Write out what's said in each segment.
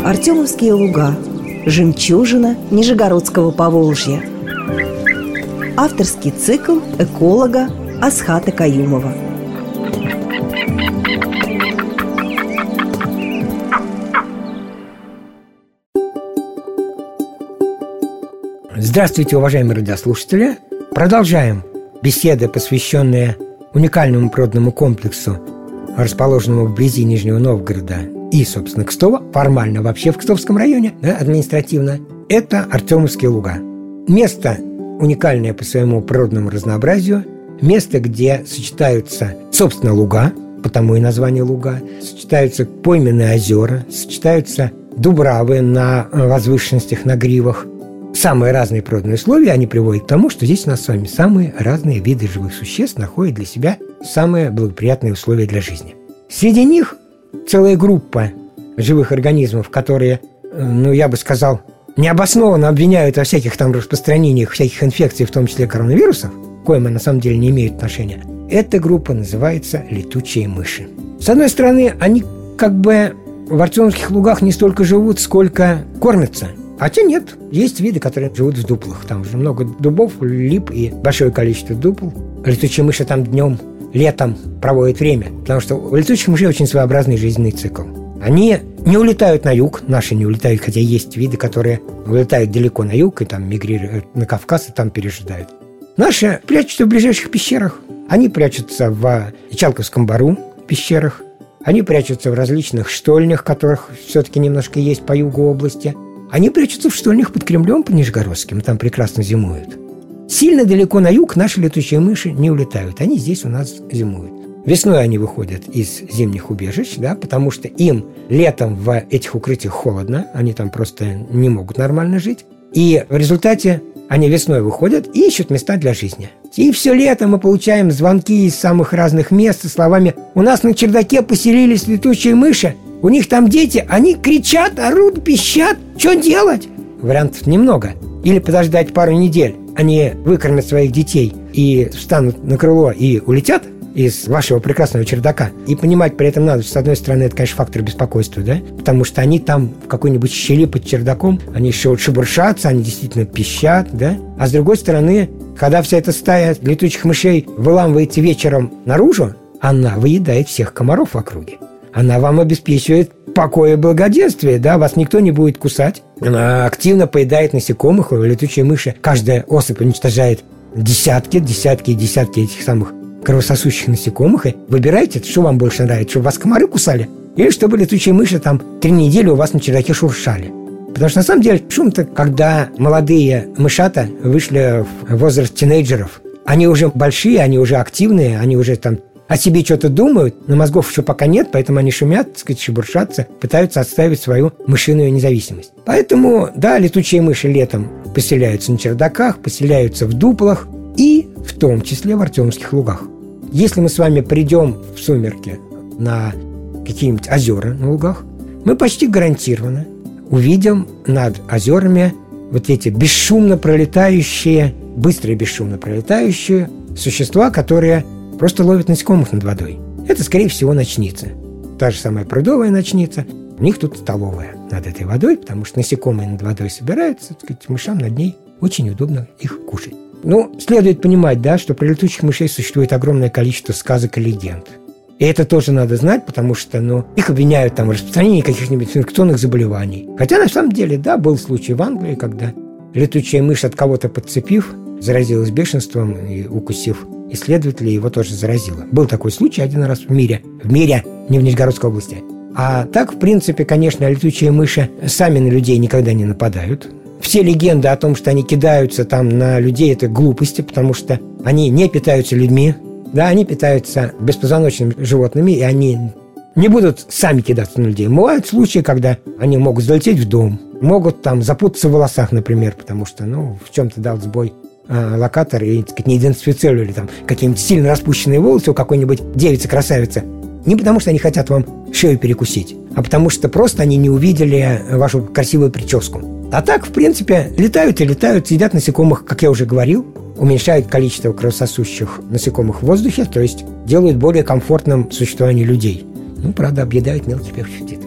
Артемовские луга. Жемчужина Нижегородского Поволжья. Авторский цикл эколога Асхата Каюмова. Здравствуйте, уважаемые радиослушатели! Продолжаем беседы, посвященные уникальному природному комплексу, расположенному вблизи Нижнего Новгорода и, собственно, Кстово, формально вообще в Кстовском районе, административно. Это Артемовские луга. Место уникальное по своему природному разнообразию, место, где сочетаются, собственно, луга, потому и название луга, сочетаются пойменные озера, сочетаются дубравы на возвышенностях, на гривах. Самые разные природные условия, они приводят к тому, что здесь у нас с вами самые разные виды живых существ находят для себя самые благоприятные условия для жизни. Среди них целая группа живых организмов, которые, я бы сказал, необоснованно обвиняют во всяких там распространениях всяких инфекций, в том числе коронавирусов, к коим на самом деле не имеют отношения. Эта группа называется летучие мыши. С одной стороны, они как бы в Артемовских лугах не столько живут, сколько кормятся. Хотя нет, есть виды, которые живут в дуплах. Там уже много дубов, лип и большое количество дупл. Летучие мыши там днем, летом проводят время, потому что у летучих мышей очень своеобразный жизненный цикл. Они не улетают на юг, наши не улетают, хотя есть виды, которые улетают далеко на юг и там мигрируют на Кавказ и там пережидают. Наши прячутся в ближайших пещерах. Они прячутся в Чалковском бару пещерах. Они прячутся в различных штольнях, которых все-таки немножко есть по югу области. Они прячутся в штольнях под Кремлем по Нижегородским, там прекрасно зимуют. Сильно далеко на юг наши летучие мыши не улетают, они здесь у нас зимуют. Весной они выходят из зимних убежищ, потому что им летом в этих укрытиях холодно, они там просто не могут нормально жить. И в результате они весной выходят и ищут места для жизни. И все лето мы получаем звонки из самых разных мест со словами: «У нас на чердаке поселились летучие мыши, у них там дети, они кричат, орут, пищат. Что делать?» Вариантов немного. Или подождать пару недель, они выкормят своих детей и встанут на крыло и улетят из вашего прекрасного чердака. И понимать при этом надо, что, с одной стороны, это, конечно, фактор беспокойства, потому что они там в какой-нибудь щели под чердаком, они еще шебуршатся, они действительно пищат, А с другой стороны, когда вся эта стая летучих мышей выламывается вечером наружу, она выедает всех комаров в округе. Она вам обеспечивает покой и благоденствие, вас никто не будет кусать. Она активно поедает насекомых, летучие мыши. Каждая особь уничтожает десятки этих самых кровососущих насекомых. И выбирайте, что вам больше нравится, чтобы вас комары кусали, или чтобы летучие мыши там 3 недели у вас на чердаке шуршали. Потому что на самом деле шум-то, когда молодые мышата вышли в возраст тинейджеров, они уже большие, они уже активные, они уже там о себе что-то думают, но мозгов еще пока нет, поэтому они шумят, шебуршатся, пытаются отстаивать свою мышиную независимость. Поэтому, летучие мыши летом поселяются на чердаках, поселяются в дуплах и в том числе в Артемовских лугах. Если мы с вами придем в сумерки на какие-нибудь озера на лугах, мы почти гарантированно увидим над озерами вот эти бесшумно пролетающие, быстро и бесшумно пролетающие существа, которые просто ловят насекомых над водой. Это, скорее всего, ночница. Та же самая прудовая ночница. У них тут столовая над этой водой, потому что насекомые над водой собираются, мышам над ней очень удобно их кушать. Следует понимать, что про летучих мышей существует огромное количество сказок и легенд. И это тоже надо знать, потому что, их обвиняют в распространении каких-нибудь инфекционных заболеваний. Хотя, на самом деле, был случай в Англии, когда летучая мышь, от кого-то подцепив, заразилась бешенством и, укусив исследователей, его тоже заразило. Был такой случай один раз в мире, не в Нижегородской области. А так, в принципе, конечно, летучие мыши сами на людей никогда не нападают. Все легенды о том, что они кидаются там на людей, это глупости, потому что они не питаются людьми, они питаются беспозвоночными животными, и они не будут сами кидаться на людей. Бывают случаи, когда они могут залететь в дом, могут там запутаться в волосах, например, потому что, в чем-то дал сбой локатор и, не идентифицировали там какие-нибудь сильно распущенные волосы у какой-нибудь девицы-красавицы. Не потому, что они хотят вам шею перекусить, а потому что просто они не увидели вашу красивую прическу. А так, в принципе, летают и летают, едят насекомых, как я уже говорил, уменьшают количество кровососущих насекомых в воздухе, то есть делают более комфортным существование людей. Правда, объедают мелких перхотит.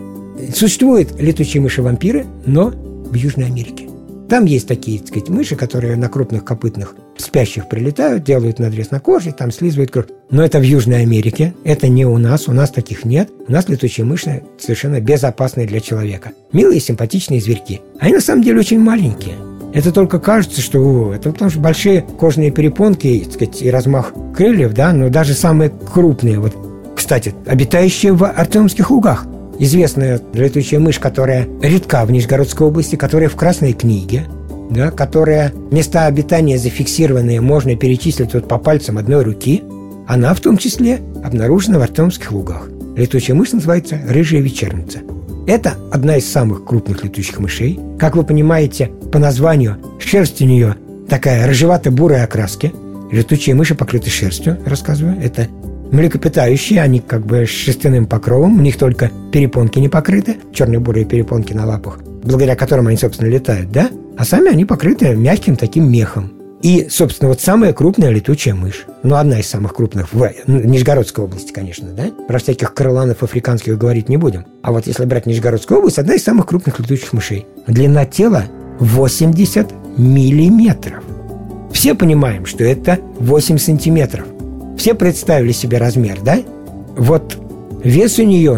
Существуют летучие мыши-вампиры, но в Южной Америке. Там есть такие, так сказать, мыши, которые на крупных копытных спящих прилетают, делают надрез на коже, там слизывают кровь. Но это в Южной Америке, это не у нас таких нет. У нас летучие мыши совершенно безопасные для человека. Милые, симпатичные зверьки. Они на самом деле очень маленькие. Это только кажется, что это потому что большие кожные перепонки, так сказать, и размах крыльев, да, но даже самые крупные, вот, кстати, обитающие в Артемовских лугах. Известная летучая мышь, которая редка в Нижегородской области, которая в Красной книге, да, которая места обитания зафиксированные можно перечислить вот по пальцам одной руки, она в том числе обнаружена в Артемовских лугах. Летучая мышь называется рыжая вечерница. Это одна из самых крупных летучих мышей. Как вы понимаете, по названию, шерсть у нее такая рыжевато-бурой окраски. Летучие мыши покрыты шерстью, рассказываю. Это млекопитающие, они как бы с шерстяным покровом, у них только перепонки не покрыты, черно-бурые перепонки на лапах, благодаря которым они, собственно, летают, да? А сами они покрыты мягким таким мехом. И, собственно, вот самая крупная летучая мышь, ну, одна из самых крупных в Нижегородской области, конечно, да? Про всяких крыланов африканских говорить не будем. А вот если брать Нижегородскую область, одна из самых крупных летучих мышей. Длина тела 80 миллиметров. Все понимаем, что это 8 сантиметров. Все представили себе размер, да? Вот вес у нее,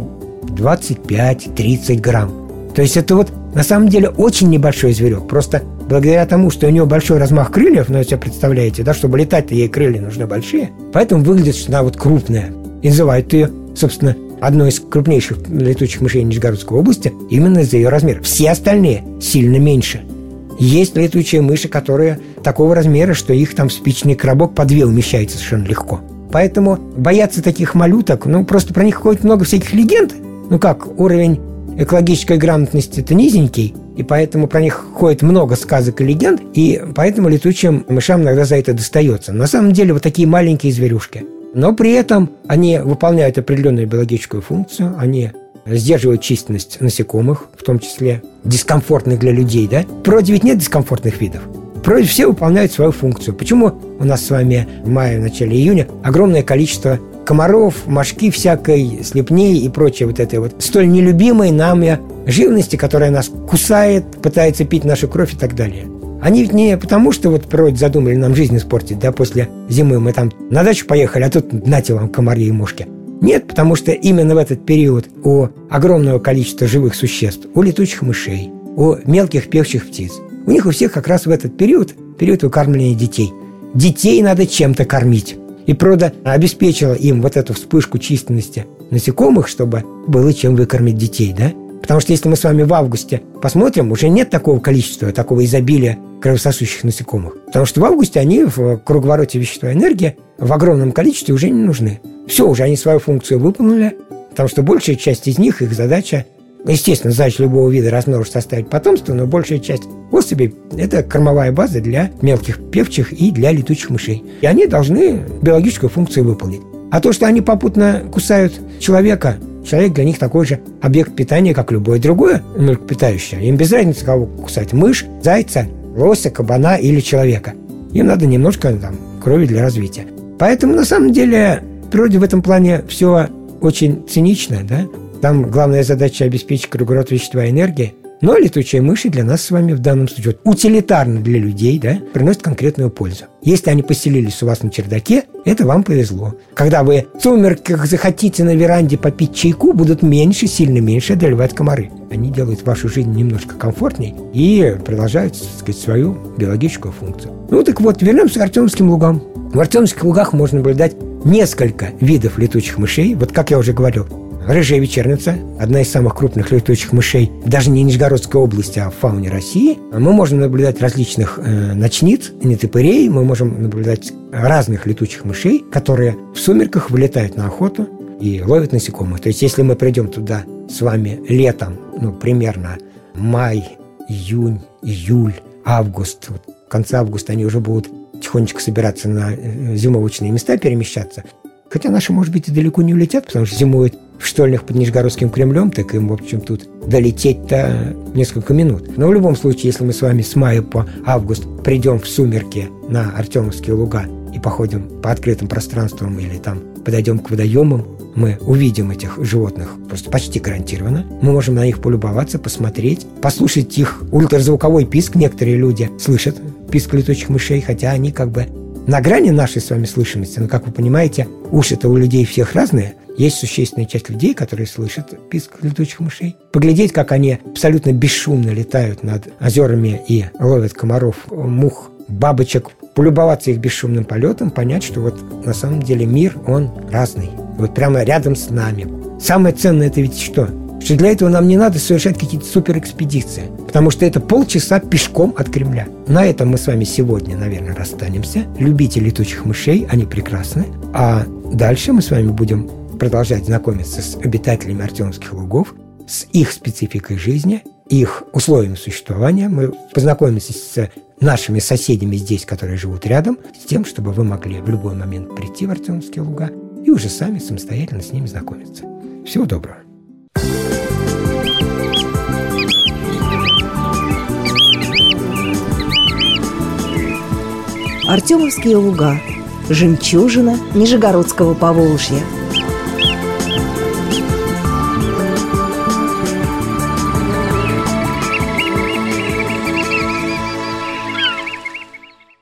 25-30 грамм. То есть это вот на самом деле очень небольшой зверек. Просто благодаря тому, что у нее большой размах крыльев, вы себе представляете, да, чтобы летать-то ей крылья нужны большие, поэтому выглядит, что она вот крупная. И называют ее, собственно, одной из крупнейших летучих мышей Нижегородской области именно из-за ее размера. Все остальные сильно меньше. Есть летучие мыши, которые такого размера, что их там в спичечный коробок по 2 умещается совершенно легко. Поэтому бояться таких малюток, просто про них ходит много всяких легенд. Как уровень экологической грамотности-то низенький, и поэтому про них ходит много сказок и легенд, и поэтому летучим мышам иногда за это достается. На самом деле вот такие маленькие зверюшки. Но при этом они выполняют определенную биологическую функцию, они сдерживают численность насекомых, в том числе дискомфортных для людей, да? В природе ведь нет дискомфортных видов. В природе все выполняют свою функцию. Почему у нас с вами в мае, в начале июня огромное количество комаров, мошки всякой, слепней и прочее вот этой вот столь нелюбимой нами живности, которая нас кусает, пытается пить нашу кровь и так далее? Они ведь не потому, что вот в природе задумали нам жизнь испортить, да, после зимы мы там на дачу поехали, а тут нате вам комары и мошки. Нет, потому что именно в этот период у огромного количества живых существ, у летучих мышей, у мелких певчих птиц, у них у всех как раз в этот период выкармливания детей. Детей надо чем-то кормить. И природа обеспечила им вот эту вспышку численности насекомых, чтобы было чем выкормить детей, да? Потому что если мы с вами в августе посмотрим, уже нет такого количества, такого изобилия кровососущих насекомых. Потому что в августе они в круговороте вещества и энергии в огромном количестве уже не нужны. Все, уже они свою функцию выполнили, потому что большая часть из них, их задача, естественно, задача любого вида размножить, составить потомство, но большая часть особей – это кормовая база для мелких певчих и для летучих мышей. И они должны биологическую функцию выполнить. А то, что они попутно кусают человека, человек для них такой же объект питания, как любое другое млекопитающее. Им без разницы, кого кусать – мышь, зайца, лося, кабана или человека. Им надо немножко крови для развития. Поэтому, на самом деле, в природе в этом плане все очень цинично, да? Там главная задача – обеспечить круговорот вещества и энергии. Но летучие мыши для нас с вами в данном случае утилитарно для людей, да, приносят конкретную пользу. Если они поселились у вас на чердаке, это вам повезло. Когда вы в сумерках захотите на веранде попить чайку, будут меньше, сильно меньше одолевать комары. Они делают вашу жизнь немножко комфортней и продолжают, так сказать, свою биологическую функцию. Так вот, вернемся к Артемовским лугам. В Артемовских лугах можно наблюдать несколько видов летучих мышей. Вот как я уже говорил, рыжая вечерница, одна из самых крупных летучих мышей, даже не Нижегородской области, а в фауне России. Мы можем наблюдать различных ночниц, нетопырей, мы можем наблюдать разных летучих мышей, которые в сумерках вылетают на охоту и ловят насекомых. То есть, если мы придем туда с вами летом, примерно май, июнь, июль, август, в конце августа они уже будут тихонечко собираться на зимовочные места, перемещаться. Хотя наши, может быть, и далеко не улетят, потому что зимуют в штольнях под Нижегородским Кремлем, так им, в общем, тут долететь-то несколько минут. Но в любом случае, если мы с вами с мая по август придем в сумерки на Артемовские луга и походим по открытым пространствам или там подойдем к водоемам, мы увидим этих животных просто почти гарантированно. Мы можем на них полюбоваться, посмотреть, послушать их ультразвуковой писк. Некоторые люди слышат писк летучих мышей, хотя они как бы на грани нашей с вами слышимости. Но, как вы понимаете, уши-то у людей всех разные. Есть существенная часть людей, которые слышат писк летучих мышей. Поглядеть, как они абсолютно бесшумно летают над озерами и ловят комаров, мух, бабочек, полюбоваться их бесшумным полетом, понять, что вот на самом деле мир, он разный. Вот прямо рядом с нами. Самое ценное это ведь что? Что для этого нам не надо совершать какие-то суперэкспедиции, потому что это полчаса пешком от Кремля. На этом мы с вами сегодня, наверное, расстанемся. Любите летучих мышей, они прекрасны. А дальше мы с вами будем продолжать знакомиться с обитателями Артемовских лугов, с их спецификой жизни, их условиями существования. Мы познакомимся с нашими соседями здесь, которые живут рядом, с тем, чтобы вы могли в любой момент прийти в Артемовские луга и уже сами самостоятельно с ними знакомиться. Всего доброго. Артемовские луга. Жемчужина Нижегородского Поволжья.